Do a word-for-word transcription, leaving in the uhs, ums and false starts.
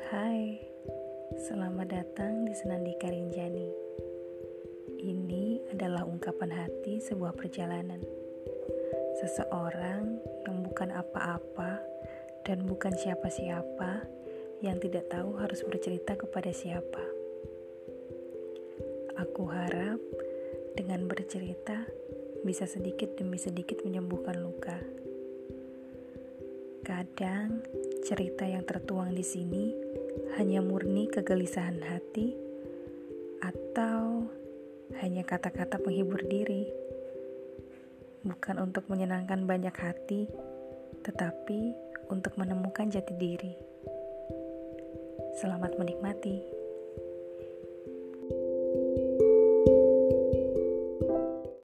Hai, selamat datang di Senandika Rinjani. Ini adalah ungkapan hati sebuah perjalanan. Seseorang yang bukan apa-apa dan bukan siapa-siapa, yang tidak tahu harus bercerita kepada siapa. Aku harap dengan bercerita bisa sedikit demi sedikit menyembuhkan luka. Kadang cerita yang tertuang di sini hanya murni kegelisahan hati atau hanya kata-kata penghibur diri. Bukan untuk menyenangkan banyak hati, tetapi untuk menemukan jati diri. Selamat menikmati.